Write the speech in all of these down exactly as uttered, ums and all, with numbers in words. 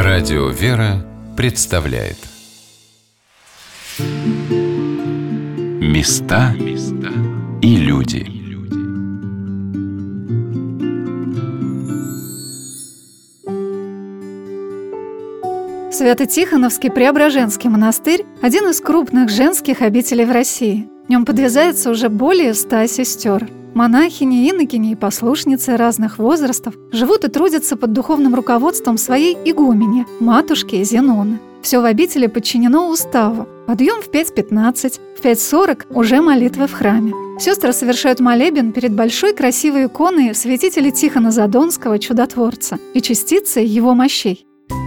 Радио «Вера» представляет Места и люди. Свято-Тихоновский Преображенский монастырь – один из крупных женских обителей в России. В нем подвязается уже более ста сестер. Монахини, инокини и послушницы разных возрастов живут и трудятся под духовным руководством своей игумени, матушки Зеноны. Все в обители подчинено уставу. Подъем в пять пятнадцать, в пять сорок уже молитвы в храме. Сестры совершают молебен перед большой красивой иконой святителя Тихона Задонского Чудотворца и частицей его мощей.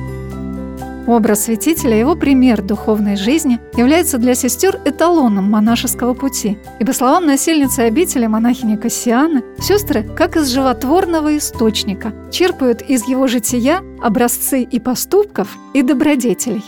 Образ святителя, его пример духовной жизни является для сестер эталоном монашеского пути. И по словам насельницы обители монахини Кассианы, сестры, как из животворного источника, черпают из его жития образцы и поступков, и добродетелей.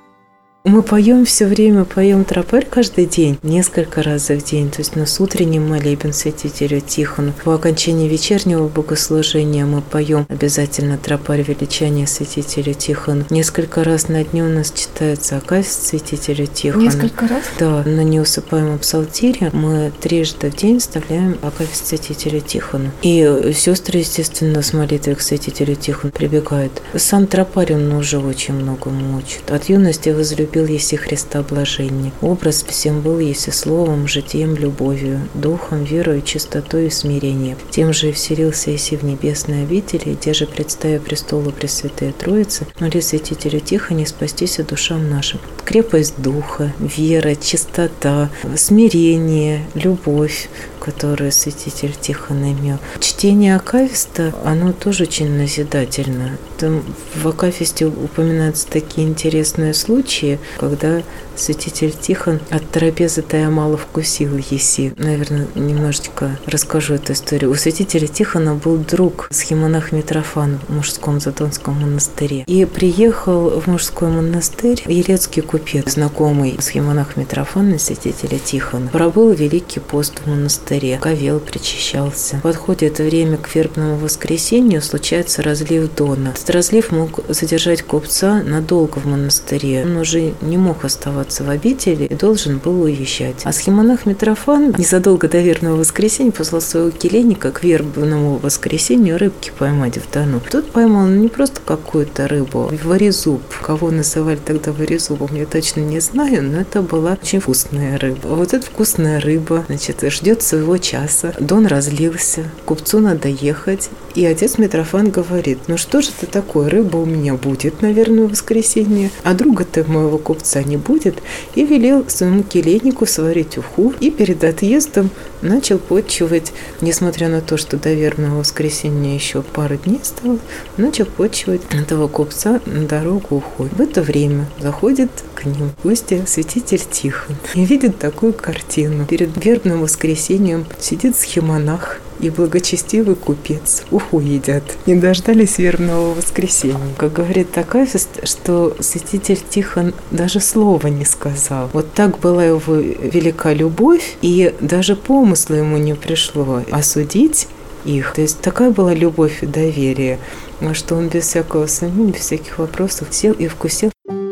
Мы поем все время, поем тропарь каждый день, несколько раз в день. То есть у нас утренний молебен святителю Тихону. По окончании вечернего богослужения мы поем обязательно тропарь величания святителю Тихону. Несколько раз на дню у нас читается акафист святителю Тихону. Несколько раз? Да, на неусыпаемом псалтире мы трижды в день вставляем акафист святителю Тихону. И сестры, естественно, с молитвой к святителю Тихону прибегают. Сам тропарь, он уже очень многому учит. От юности возлюбил Любил еси Христа блаженне. Образ всем был еси словом, житием, любовью, духом, верою, чистотой и смирением. Тем же и вселился еси в небесной обители, где же, представя престолу Пресвятая Троицы, моли святителю Тихоне спастися душам нашим. Крепость духа, вера, чистота, смирение, любовь, которую святитель Тихон имел. Чтение акафиста, оно тоже очень назидательно. Там в акафисте упоминаются такие интересные случаи, когда святитель Тихон от трапезы тая мало вкусил еси. Наверное, немножечко расскажу эту историю. У святителя Тихона был друг, схимонах Митрофан в мужском Задонском монастыре. И приехал в мужской монастырь елецкий купец, знакомый схимонах Митрофана, святителя Тихона. Пробыл великий пост в монастыре, говел, причащался. Подходит время к вербному воскресенью, случается разлив дона. Этот разлив мог задержать купца надолго в монастыре. Он уже не мог оставаться в обители и должен был уезжать. А схимонах Митрофан незадолго до вербного воскресенья послал своего келейника к вербному воскресенью рыбки поймать в Дону. Тот поймал ну, не просто какую-то рыбу, варезуб. Кого называли тогда варезубом, я точно не знаю, но это была очень вкусная рыба. Вот эта вкусная рыба, значит, ждет своего часа. Дон разлился, купцу надо ехать. И отец Митрофан говорит, ну что же это такое, рыба у меня будет, наверное, в воскресенье, а друга-то моего купца не будет. И велел своему келейнику сварить уху, и перед отъездом начал почивать, несмотря на то, что до вербного воскресенья еще пару дней стало, начал почивать этого купца на дорогу ухой. В это время заходит к ним в гости святитель Тихон и видит такую картину. Перед вербным воскресеньем сидит схимонах и благочестивый купец. Уху едят. Не дождались вербного воскресенья. Как говорит акафист, что святитель Тихон даже слова не сказал. Вот так была его велика любовь, и даже помысла ему не пришло осудить их. То есть такая была любовь и доверие, что он без всякого сомнения, без всяких вопросов сел и вкусил.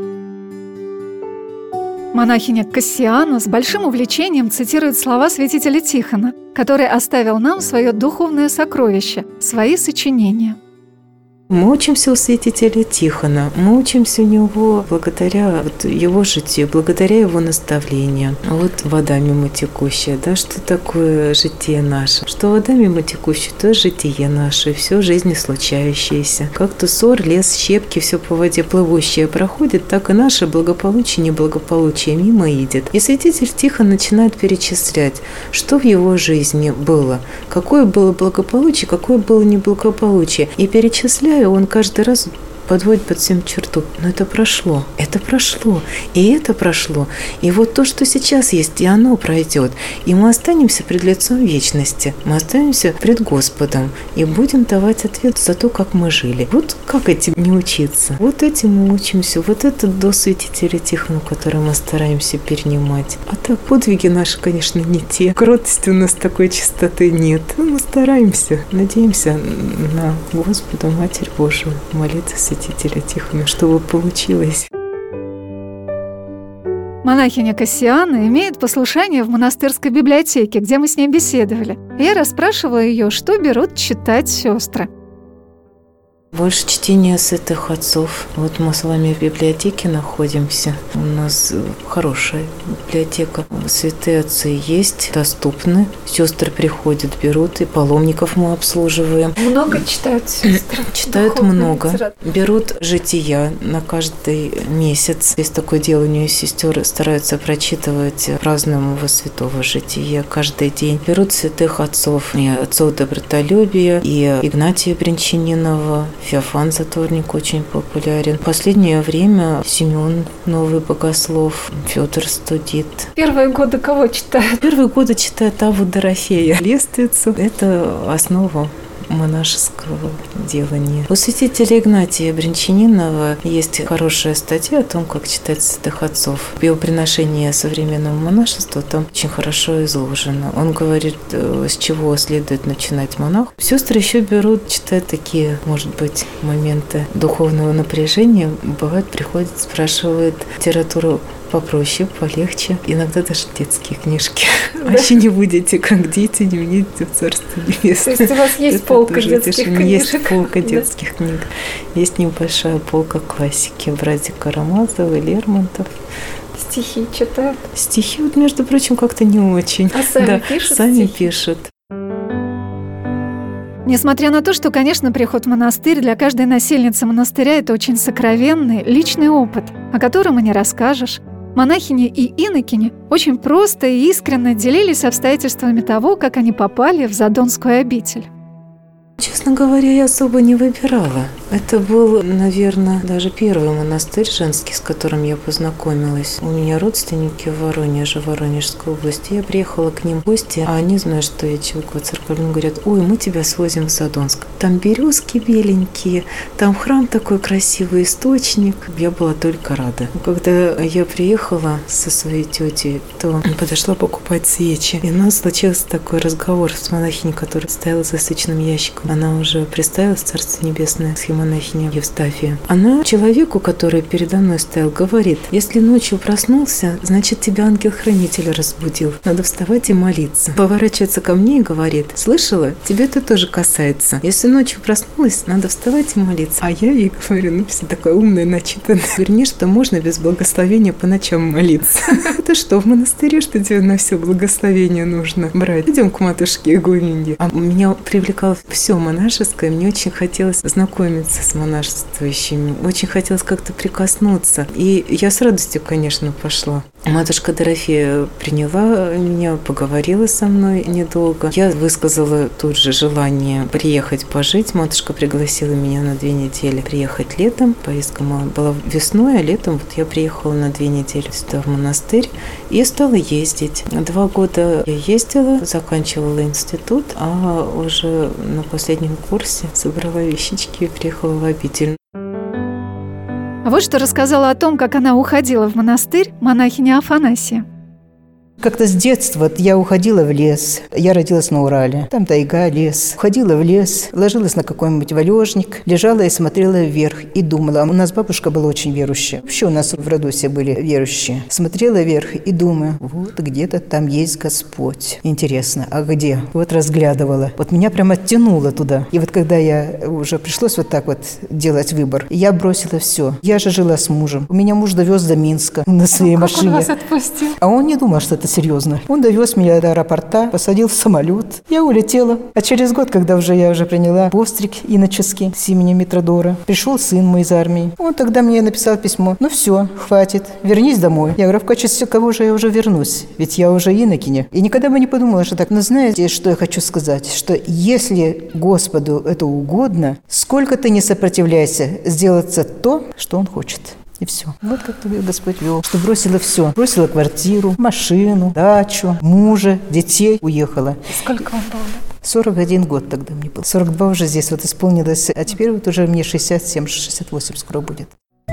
Монахиня Кассиана с большим увлечением цитирует слова святителя Тихона, который оставил нам свое духовное сокровище, свои сочинения. Мы учимся у святителя Тихона, мы учимся у него благодаря вот его житию, благодаря его наставлениям. Вот вода мимо текущая, да, что такое житие наше? Что вода мимо текущая, то житие наше, все жизни случающееся. Как то ссор, лес, щепки, все по воде плывущее проходит, так и наше благополучие, неблагополучие мимо идет. И святитель Тихон начинает перечислять, что в его жизни было, какое было благополучие, какое было неблагополучие. И перечисляя, он каждый раз подводит под всем черту. Но это прошло, это прошло, и это прошло. И вот то, что сейчас есть, и оно пройдет. И мы останемся пред лицом вечности. Мы останемся пред Господом и будем давать ответ за то, как мы жили. Вот как этим не учиться? Вот этим мы учимся. Вот это до святителя Тихона, который мы стараемся перенимать. А так, подвиги наши, конечно, не те. Кротости у нас такой чистоты нет. Но мы стараемся, надеемся на Господа, Матерь Божию, молиться святителя святителя Тихона, чтобы получилось. Монахиня Кассиана имеет послушание в монастырской библиотеке, где мы с ней беседовали. Я расспрашивала ее, что берут читать сестры. Больше чтения святых отцов. Вот мы с вами в библиотеке находимся. У нас хорошая библиотека. Святые отцы есть, доступны. Сестры приходят, берут, и паломников мы обслуживаем. Много читают сестры? Читают много. Берут жития на каждый месяц. Есть такое дело у нее, сестер стараются прочитывать празднуемого святого жития каждый день. Берут святых отцов, и отцов добротолюбия, и Игнатия Брянчанинова, Феофан Затворник очень популярен. В последнее время Семен Новый Богослов, Федор Студит. Первые годы кого читают? Первые годы читают Аву Дорофея Лествицу. Это основа монашеского делания. У святителя Игнатия Брянчанинова есть хорошая статья о том, как читать святых отцов. Его приношение современному монашеству там очень хорошо изложено. Он говорит, с чего следует начинать монах. Сестры еще берут, читают такие, может быть, моменты духовного напряжения. Бывает, приходят, спрашивают литературу попроще, полегче. Иногда даже детские книжки. Да. Вообще не будете, как дети, не будете в Царстве Небесном. То есть у вас есть это полка детских книжек? Есть полка детских да. книг. Есть небольшая полка классики. Братья Карамазовы, Лермонтов. Стихи читают? Стихи, вот, между прочим, как-то не очень. А сами да, пишут сами стихи? пишут. Несмотря на то, что, конечно, приход в монастырь для каждой насельницы монастыря – это очень сокровенный, личный опыт, о котором и не расскажешь. Монахини и инокини очень просто и искренне делились обстоятельствами того, как они попали в Задонскую обитель. Честно говоря, я особо не выбирала. Это был, наверное, даже первый монастырь женский, с которым я познакомилась. У меня родственники в Воронеже, в Воронежской области. Я приехала к ним в гости, а они, знают, что я Чевикова церковь, говорят: ой, мы тебя свозим в Задонск. Там березки беленькие, там храм такой красивый, источник. Я была только рада. Когда я приехала со своей тетей, то подошла покупать свечи. И у нас случился такой разговор с монахиней, которая стояла за свечным ящиком. Она уже представилась в Царство Небесное, схемонахиня Евстафия. Она человеку, который передо мной стоял, говорит: если ночью проснулся, значит, тебя ангел-хранитель разбудил. Надо вставать и молиться. Поворачивается ко мне и говорит: слышала? Тебя это тоже касается. Если ночью проснулась, надо вставать и молиться. А я ей говорю: ну, все такая умная, начитанная. Вернее, что можно без благословения по ночам молиться. Это что, в монастыре, что тебе на все благословение нужно брать? Идем к матушке игуменье. А меня привлекало все монашеское, мне очень хотелось знакомиться с монашествующими, очень хотелось как-то прикоснуться. И я с радостью, конечно, пошла. Матушка Дорофея приняла меня, поговорила со мной недолго. Я высказала тут же желание приехать пожить. Матушка пригласила меня на две недели приехать летом. Поездка была весной, а летом вот я приехала на две недели сюда в монастырь и стала ездить. Два года я ездила, заканчивала институт, а уже на последнем курсе собрала вещички и приехала в обитель. А вот что рассказала о том, как она уходила в монастырь монахиня Афанасия. Как-то с детства я уходила в лес. Я родилась на Урале. Там тайга, лес. Уходила в лес, ложилась на какой-нибудь валежник, лежала и смотрела вверх и думала. У нас бабушка была очень верующая. Вообще у нас в роду все были верующие. Смотрела вверх и думаю: вот где-то там есть Господь. Интересно, а где? Вот разглядывала. Вот меня прямо оттянуло туда. И вот когда я уже пришлось вот так вот делать выбор, я бросила все. Я же жила с мужем. У меня муж довез до Минска на своей ну, машине. Он вас отпустил? А он не думал, что это серьезно. Он довез меня до аэропорта, посадил в самолет. Я улетела. А через год, когда уже я уже приняла постриг иноческий с именем Митродора, пришел сын мой из армии. Он тогда мне написал письмо: ну все, хватит, вернись домой. Я говорю: в качестве кого же я уже вернусь? Ведь я уже инокиня. И никогда бы не подумала, что так. Но знаете, что я хочу сказать? Что если Господу это угодно, сколько ты не сопротивляйся, сделаться то, что Он хочет. И все. Вот как Господь вел. Что бросила все. Бросила квартиру, машину, дачу, мужа, детей. Уехала. Сколько вам было? сорок один год тогда мне был. сорок два уже здесь вот исполнилось. А теперь вот уже мне шестьдесят семь шестьдесят восемь скоро будет.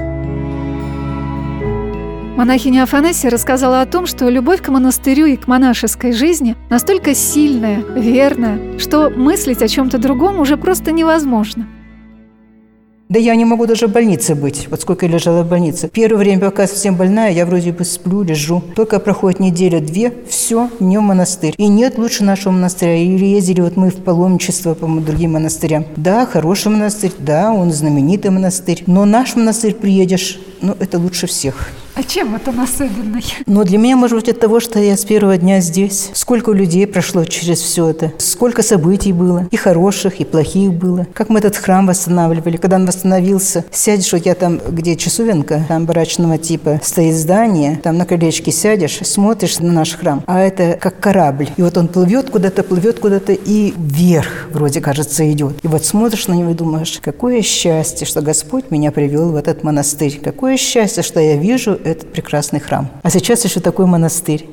Монахиня Афанасия рассказала о том, что любовь к монастырю и к монашеской жизни настолько сильная, верная, что мыслить о чем-то другом уже просто невозможно. Да я не могу даже в больнице быть. Вот сколько я лежала в больнице. Первое время, пока совсем больная, я вроде бы сплю, лежу. Только проходит неделя-две, все, не в монастырь. И нет лучше нашего монастыря. Или ездили вот мы в паломничество по другим монастырям. Да, хороший монастырь, да, он знаменитый монастырь. Но наш монастырь приедешь, ну, это лучше всех. А чем это он особенный? Но для меня, может быть, от того, что я с первого дня здесь. Сколько людей прошло через все это. Сколько событий было. И хороших, и плохих было. Как мы этот храм восстанавливали. Когда он восстановился, сядешь, вот я там, где часовенка, там барачного типа стоит здание, там на колечке сядешь, смотришь на наш храм. А это как корабль. И вот он плывет куда-то, плывет куда-то и вверх, вроде кажется, идет. И вот смотришь на него и думаешь, какое счастье, что Господь меня привел в этот монастырь. Какое счастье, что я вижу этот прекрасный храм. А сейчас еще такой монастырь.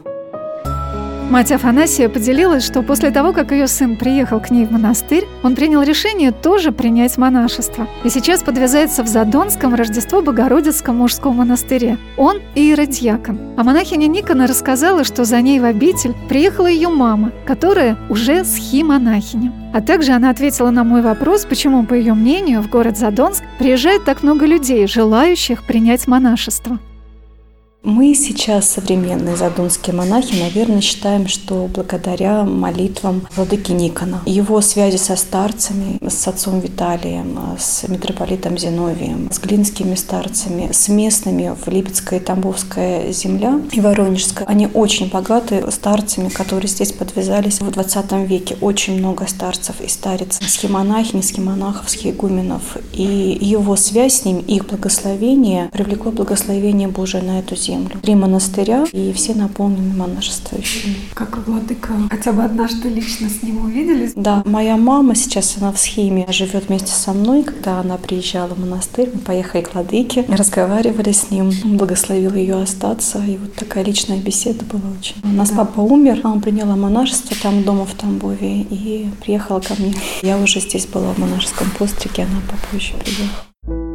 Мать Афанасия поделилась, что после того, как ее сын приехал к ней в монастырь, он принял решение тоже принять монашество. И сейчас подвязается в Задонском Рождество Богородицком мужском монастыре. Он иеродьякон. А монахиня Никона рассказала, что за ней в обитель приехала ее мама, которая уже схимонахиня. А также она ответила на мой вопрос, почему, по ее мнению, в город Задонск приезжает так много людей, желающих принять монашество. Мы сейчас, современные задонские монахи, наверное, считаем, что благодаря молитвам владыки Никона, его связи со старцами, с отцом Виталием, с митрополитом Зиновием, с глинскими старцами, с местными в Липецкая и Тамбовская земля и Воронежская, они очень богаты старцами, которые здесь подвязались в двадцатом веке. Очень много старцев и старец, схимонахинь, схимонахов, схиегуменов. И его связь с ними, их благословение привлекло благословение Божие на эту землю. Три монастыря, и все наполнены монашествующими. Как владыка хотя бы однажды лично с ним увиделись? Да, моя мама сейчас, она в схеме живет вместе со мной. Когда она приезжала в монастырь, мы поехали к владыке, разговаривали с ним, он благословил ее остаться, и вот такая личная беседа была очень. У нас да. Папа умер, а он приняла монашество там дома в Тамбове и приехала ко мне. Я уже здесь была в монашеском постриге, она попозже приехала.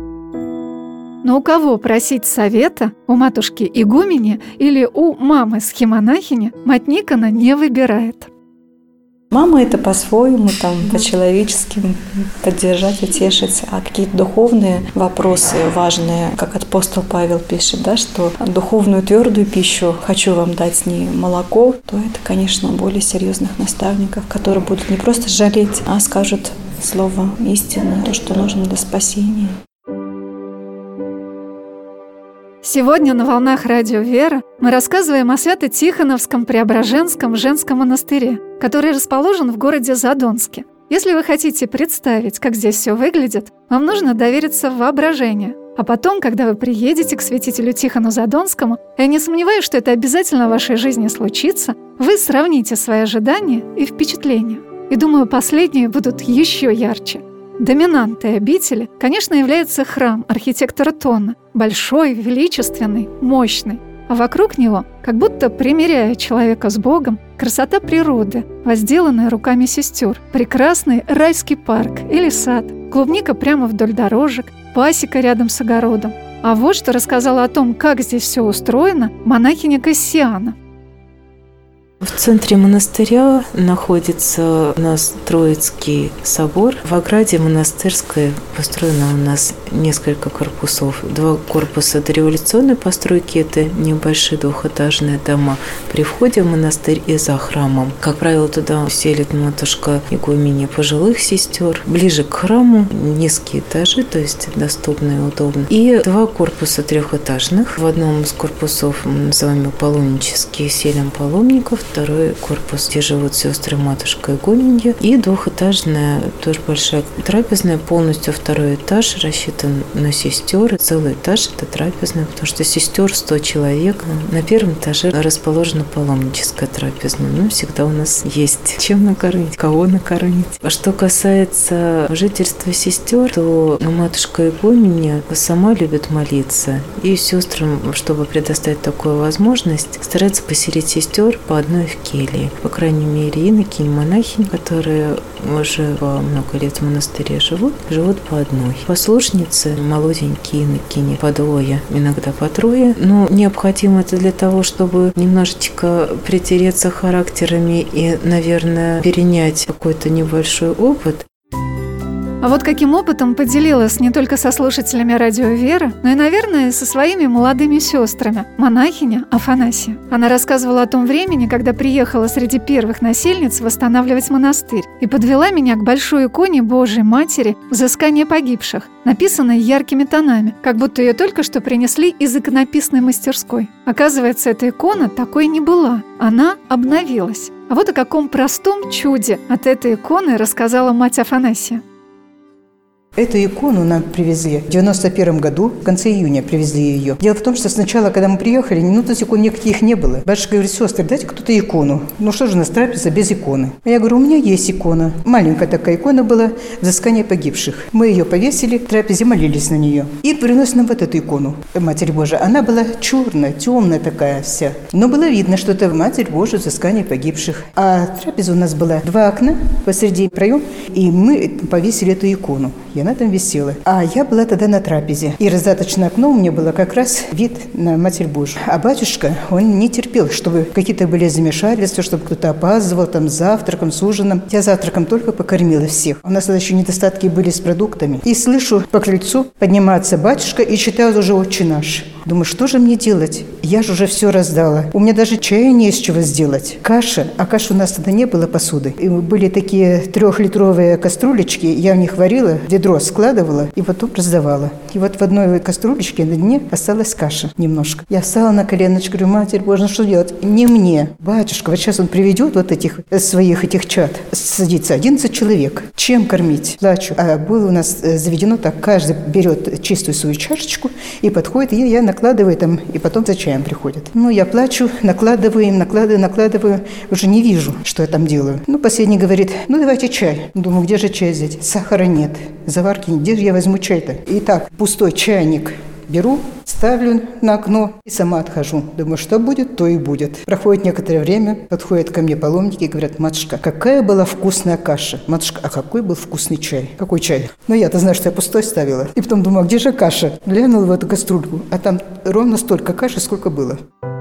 Но у кого просить совета? У матушки игумени или у мамы схимонахини? Мать Никона не выбирает. Мама это по-своему, там, по-человечески поддержать, утешить, а какие-то духовные вопросы важные, как апостол Павел пишет, да, что духовную твердую пищу хочу вам дать не молоко, то это, конечно, более серьезных наставников, которые будут не просто жалеть, а скажут слово истины, то, что нужно для спасения. Сегодня на «Волнах Радио Вера» мы рассказываем о Свято-Тихоновском Преображенском женском монастыре, который расположен в городе Задонске. Если вы хотите представить, как здесь все выглядит, вам нужно довериться в воображение. А потом, когда вы приедете к святителю Тихону Задонскому, я не сомневаюсь, что это обязательно в вашей жизни случится, вы сравните свои ожидания и впечатления. И думаю, последние будут еще ярче. Доминантой обители, конечно, является храм архитектора Тонна. Большой, величественный, мощный. А вокруг него, как будто примиряя человека с Богом, красота природы, возделанная руками сестер, прекрасный райский парк или сад, клубника прямо вдоль дорожек, пасека рядом с огородом. А вот что рассказала о том, как здесь все устроено, монахиня Кассиана. В центре монастыря находится у нас Троицкий собор. В ограде монастырской построено у нас несколько корпусов. Два корпуса дореволюционной постройки – это небольшие двухэтажные дома при входе в монастырь и за храмом. Как правило, туда селит матушка игуменья пожилых сестер. Ближе к храму низкие этажи, то есть доступно и удобно. И два корпуса трехэтажных. В одном из корпусов мы называем паломнические, селим паломников. Второй корпус, где живут сестры матушка игуменья. И двухэтажная, тоже большая трапезная, полностью второй этаж рассчитан на сестер. Целый этаж – это трапезная, потому что сестер сто человек. На первом этаже расположена паломническая трапезная. Ну, всегда у нас есть чем накормить, кого накормить. А что касается жительства сестер, то матушка игуменья сама любит молиться. И сестрам, чтобы предоставить такую возможность, старается поселить сестер по одной в келье. По крайней мере, инокинь, монахинь, которые уже по много лет в монастыре живут, живут по одной. Послушницы, молоденькие инокини, по двое, иногда по трое. Но необходимо это для того, чтобы немножечко притереться характерами и, наверное, перенять какой-то небольшой опыт. А вот каким опытом поделилась не только со слушателями радио «Вера», но и, наверное, со своими молодыми сестрами, монахиня Афанасия. Она рассказывала о том времени, когда приехала среди первых насельниц восстанавливать монастырь и подвела меня к большой иконе Божией Матери «Взыскание погибших», написанной яркими тонами, как будто ее только что принесли из иконописной мастерской. Оказывается, эта икона такой не была, она обновилась. А вот о каком простом чуде от этой иконы рассказала мать Афанасия. Эту икону нам привезли в девяносто первом году, в конце июня привезли ее. Дело в том, что сначала, когда мы приехали, ну, тут икон никаких не было. Батюшка говорит: сестры, дайте кто-то икону. Ну что же у нас трапеза без иконы? А я говорю: у меня есть икона. Маленькая такая икона была, «Взыскание погибших». Мы ее повесили, в трапезе молились на нее. И приносят нам вот эту икону, Матерь Божия. Она была черная, темная такая вся. Но было видно, что это Матерь Божия, «Взыскание погибших». А трапеза у нас была два окна, посреди проем, и мы повесили эту икону. И она там висела. А я была тогда на трапезе. И раздаточное окно у меня было как раз вид на Матерь Божию. А батюшка, он не терпел, чтобы какие-то были замешательства, чтобы кто-то опаздывал там с завтраком, с ужином. Я завтраком только покормила всех. У нас тогда еще недостатки были с продуктами. И слышу по крыльцу подниматься батюшка и читают уже «Отче наш». Думаю, что же мне делать? Я же уже все раздала. У меня даже чая не из чего сделать. Каша, а каши у нас тогда не было посуды. И были такие трехлитровые кастрюлечки, я в них варила, ведро складывала и потом раздавала. И вот в одной кастрюлечке на дне осталась каша немножко. Я встала на коленочку, говорю: Матерь Божия, ну что делать? Не мне. Батюшка, вот сейчас он приведет вот этих своих этих чад. Садится одиннадцать человек. Чем кормить? Плачу. А было у нас заведено так, каждый берет чистую свою чашечку и подходит, и я накладываю там, и потом за чаем приходят. Ну, я плачу, накладываю им, накладываю, накладываю. Уже не вижу, что я там делаю. Ну, последний говорит: ну, давайте чай. Думаю, где же чай взять? Сахара нет, заварки нет. Где же я возьму чай-то? Итак, пустой чайник беру, ставлю на окно и сама отхожу. Думаю, что будет, то и будет. Проходит некоторое время, подходят ко мне паломники и говорят: матушка, какая была вкусная каша. Матушка, а какой был вкусный чай? Какой чай? Ну, я-то знаю, что я пустой ставила. И потом думаю, а где же каша? Глянула в эту кастрюльку, а там ровно столько каши, сколько было.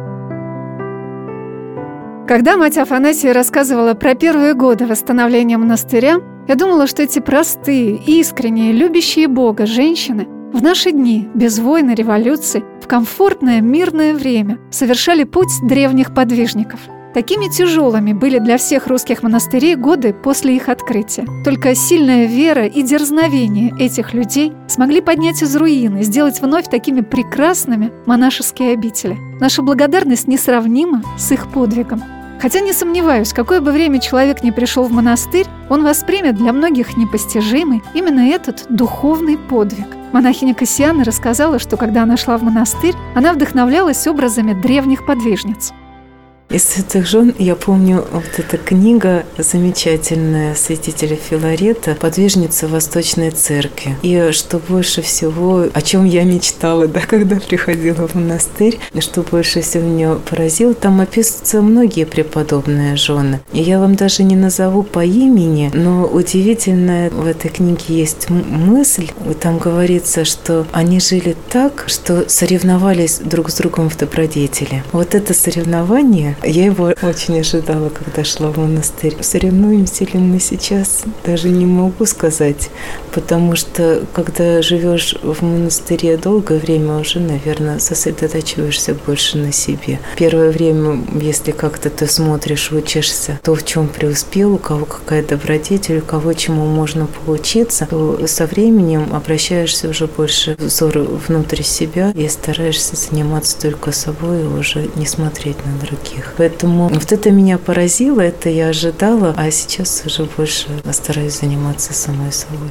Когда мать Афанасия рассказывала про первые годы восстановления монастыря, я думала, что эти простые, искренние, любящие Бога женщины в наши дни, без войн и революций, в комфортное, мирное время совершали путь древних подвижников. Такими тяжелыми были для всех русских монастырей годы после их открытия. Только сильная вера и дерзновение этих людей смогли поднять из руин и сделать вновь такими прекрасными монашеские обители. Наша благодарность несравнима с их подвигом. Хотя не сомневаюсь, какое бы время человек ни пришел в монастырь, он воспримет для многих непостижимый именно этот духовный подвиг. Монахиня Кассиана рассказала, что когда она шла в монастырь, она вдохновлялась образами древних подвижниц. Из святых жен я помню вот эта книга замечательная святителя Филарета «Подвижница Восточной Церкви». И что больше всего, о чем я мечтала, да, когда приходила в монастырь, что больше всего меня поразило, там описываются многие преподобные жены. И я вам даже не назову по имени, но удивительная в этой книге есть мысль. Там говорится, что они жили так, что соревновались друг с другом в добродетели. Вот это соревнование, я его очень ожидала, когда шла в монастырь. Соревнуемся ли мы сейчас? Даже не могу сказать, потому что, когда живешь в монастыре долгое время, уже, наверное, сосредотачиваешься больше на себе. Первое время, если как-то ты смотришь, учишься, то в чем преуспел, у кого какая добродетель, у кого чему можно поучиться, то со временем обращаешься уже больше взор внутрь себя и стараешься заниматься только собой и уже не смотреть на других. Поэтому вот это меня поразило, это я ожидала, а сейчас уже больше стараюсь заниматься самой собой.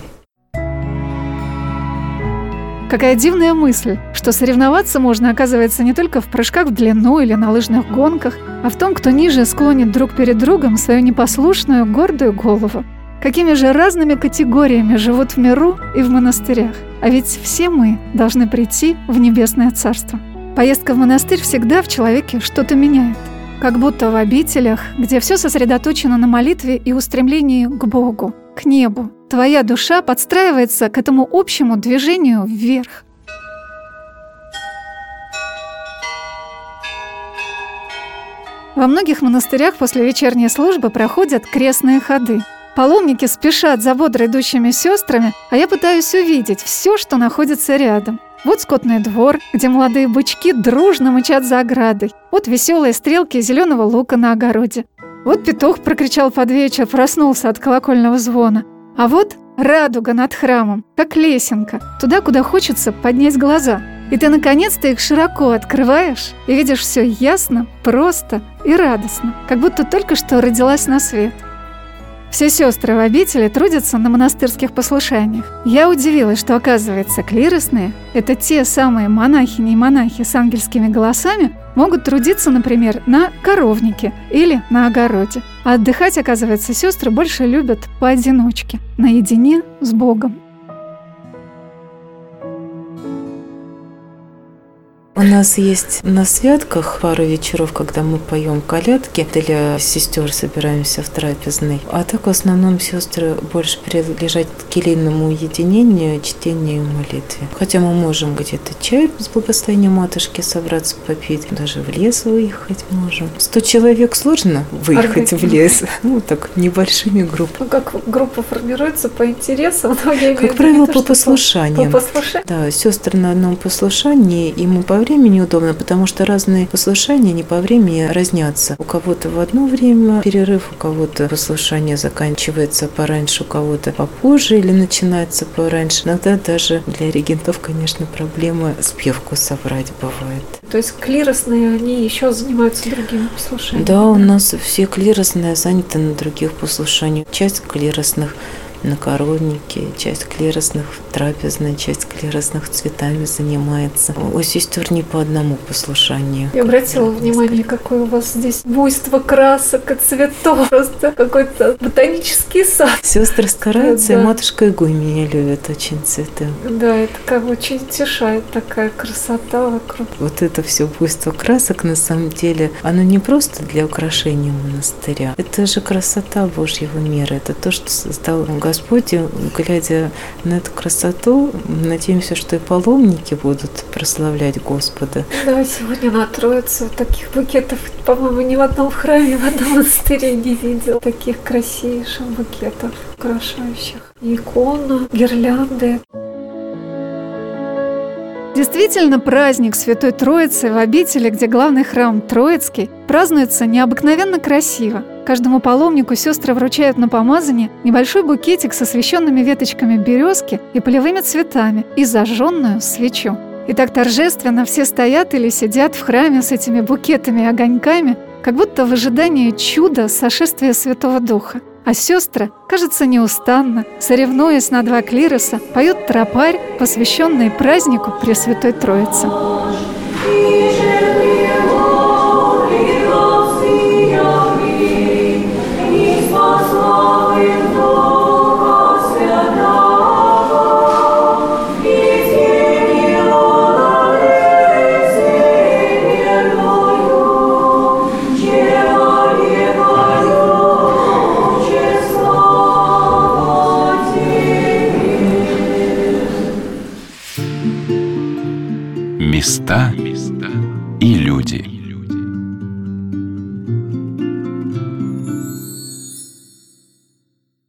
Какая дивная мысль, что соревноваться можно, оказывается, не только в прыжках в длину или на лыжных гонках, а в том, кто ниже склонит друг перед другом свою непослушную, гордую голову. Какими же разными категориями живут в миру и в монастырях. А ведь все мы должны прийти в небесное царство. Поездка в монастырь всегда в человеке что-то меняет. Как будто в обителях, где все сосредоточено на молитве и устремлении к Богу, к небу, твоя душа подстраивается к этому общему движению вверх. Во многих монастырях после вечерней службы проходят крестные ходы. Паломники спешат за бодро идущими сестрами, а я пытаюсь увидеть все, что находится рядом. Вот скотный двор, где молодые бычки дружно мычат за оградой. Вот веселые стрелки зеленого лука на огороде. Вот петух прокричал под вечер, проснулся от колокольного звона. А вот радуга над храмом, как лесенка, туда, куда хочется поднять глаза. И ты наконец-то их широко открываешь и видишь все ясно, просто и радостно, как будто только что родилась на свет. Все сестры в обители трудятся на монастырских послушаниях. Я удивилась, что, оказывается, клиросные – это те самые монахини и монахи с ангельскими голосами, могут трудиться, например, на коровнике или на огороде. А отдыхать, оказывается, сестры больше любят поодиночке, наедине с Богом. У нас есть на святках пару вечеров, когда мы поем колядки, для сестер собираемся в трапезной. А так в основном сестры больше принадлежат к келейному уединению, чтению и молитве. Хотя мы можем где-то чай с благословения матушки собраться попить, даже в лес выехать можем. Сто человек сложно выехать в лес, ну так небольшими группами. Ну как группа формируется по интересам? Как правило, по послушаниям. По послушаниям? Да, сестры на одном послушании, и мы по времени удобно, потому что разные послушания не по времени разнятся. У кого-то в одно время перерыв, у кого-то послушание заканчивается пораньше, у кого-то попозже или начинается пораньше. Иногда даже для регентов, конечно, проблема спевку собрать бывает. То есть клиросные, они еще занимаются другими послушаниями? Да, у нас все клиросные заняты на других послушаниях. Часть клиросных на коровнике, часть клиросных трапезной, часть клиросных цветами занимается. У сестер не по одному послушанию. Я обратила внимание, какое у вас здесь буйство красок и цветов. Просто какой-то ботанический сад. Сестры стараются, да. И матушка Игуменья любит очень цветы. Да, это как бы очень утешает, такая красота вокруг. Вот это все буйство красок, на самом деле, оно не просто для украшения монастыря. Это же красота Божьего мира. Это то, что создал Господь, и, глядя на эту красоту, надеемся, что и паломники будут прославлять Господа. Да, сегодня на Троицу таких букетов, по-моему, ни в одном храме, в одном монастыре не видел таких красивейших букетов, украшающих икону, гирлянды. Действительно, праздник Святой Троицы в обители, где главный храм Троицкий, празднуется необыкновенно красиво. Каждому паломнику сестры вручают на помазание небольшой букетик со священными веточками березки и полевыми цветами и зажженную свечу. И так торжественно все стоят или сидят в храме с этими букетами и огоньками, как будто в ожидании чуда сошествия Святого Духа. А сестры, кажется, неустанно, соревнуясь на два клироса, поют тропарь, посвященный празднику Пресвятой Троицы. Места и люди.